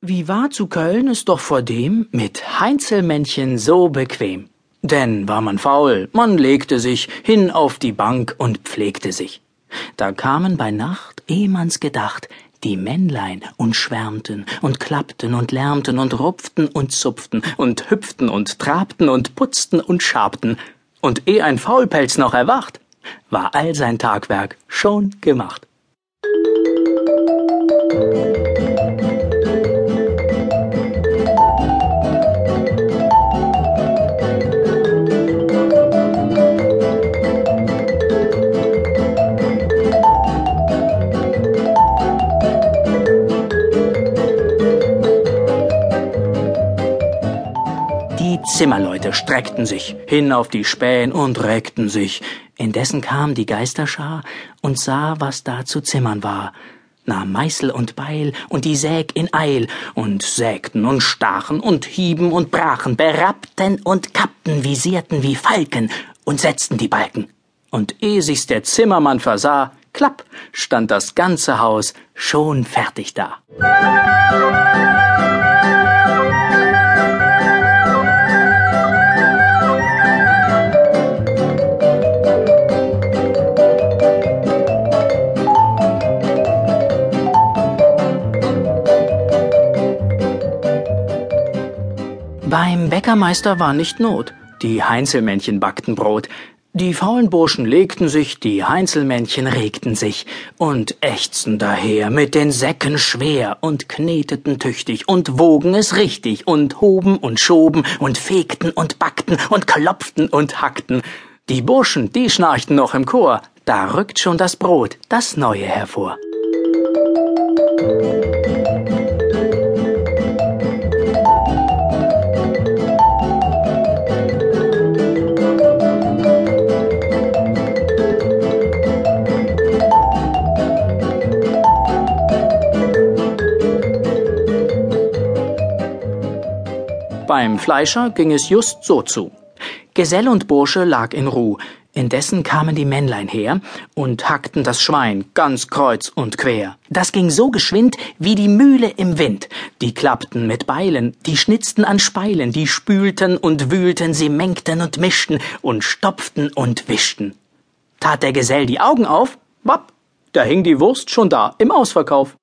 Wie war zu Köln es doch vordem mit Heinzelmännchen so bequem. Denn war man faul, man legte sich hin auf die Bank und pflegte sich. Da kamen bei Nacht, eh man's gedacht, die Männlein und schwärmten und klappten und lärmten und rupften und zupften und hüpften und trabten und putzten und schabten. Und eh ein Faulpelz noch erwacht, war all sein Tagwerk schon gemacht. Die Zimmerleute streckten sich hin auf die Spähen und reckten sich. Indessen kam die Geisterschar und sah, was da zu zimmern war, nahm Meißel und Beil und die Säg in Eil und sägten und stachen und hieben und brachen, berappten und kappten, visierten wie Falken und setzten die Balken. Und ehe sich's der Zimmermann versah, klapp, stand das ganze Haus schon fertig da. Beim Bäckermeister war nicht Not, die Heinzelmännchen backten Brot. Die faulen Burschen legten sich, die Heinzelmännchen regten sich und ächzten daher mit den Säcken schwer und kneteten tüchtig und wogen es richtig und hoben und schoben und fegten und backten und klopften und hackten. Die Burschen, die schnarchten noch im Chor, da rückt schon das Brot, das Neue hervor. Beim Fleischer ging es just so zu. Gesell und Bursche lag in Ruh, indessen kamen die Männlein her und hackten das Schwein ganz kreuz und quer. Das ging so geschwind wie die Mühle im Wind. Die klappten mit Beilen, die schnitzten an Speilen, die spülten und wühlten, sie mengten und mischten und stopften und wischten. Tat der Gesell die Augen auf, wapp, da hing die Wurst schon da im Ausverkauf.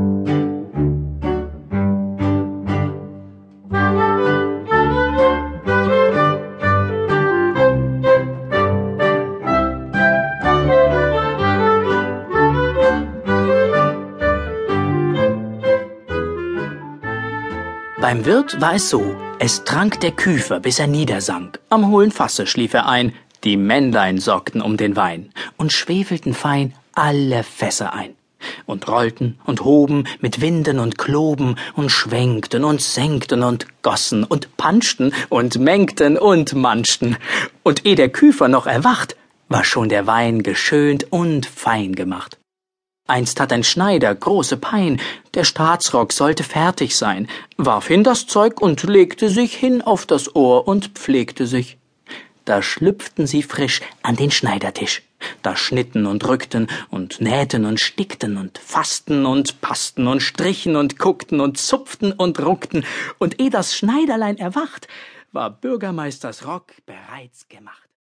Beim Wirt war es so, es trank der Küfer, bis er niedersank. Am hohlen Fasse schlief er ein, die Männlein sorgten um den Wein und schwefelten fein alle Fässer ein. Und rollten und hoben mit Winden und Kloben und schwenkten und senkten und gossen und panschten und mengten und manschten. Und eh der Küfer noch erwacht, war schon der Wein geschönt und fein gemacht. Einst hat ein Schneider große Pein, der Staatsrock sollte fertig sein, warf hin das Zeug und legte sich hin auf das Ohr und pflegte sich. Da schlüpften sie frisch an den Schneidertisch, da schnitten und rückten und nähten und stickten und fassten und passten und strichen und guckten und zupften und ruckten, und eh das Schneiderlein erwacht, war Bürgermeisters Rock bereits gemacht.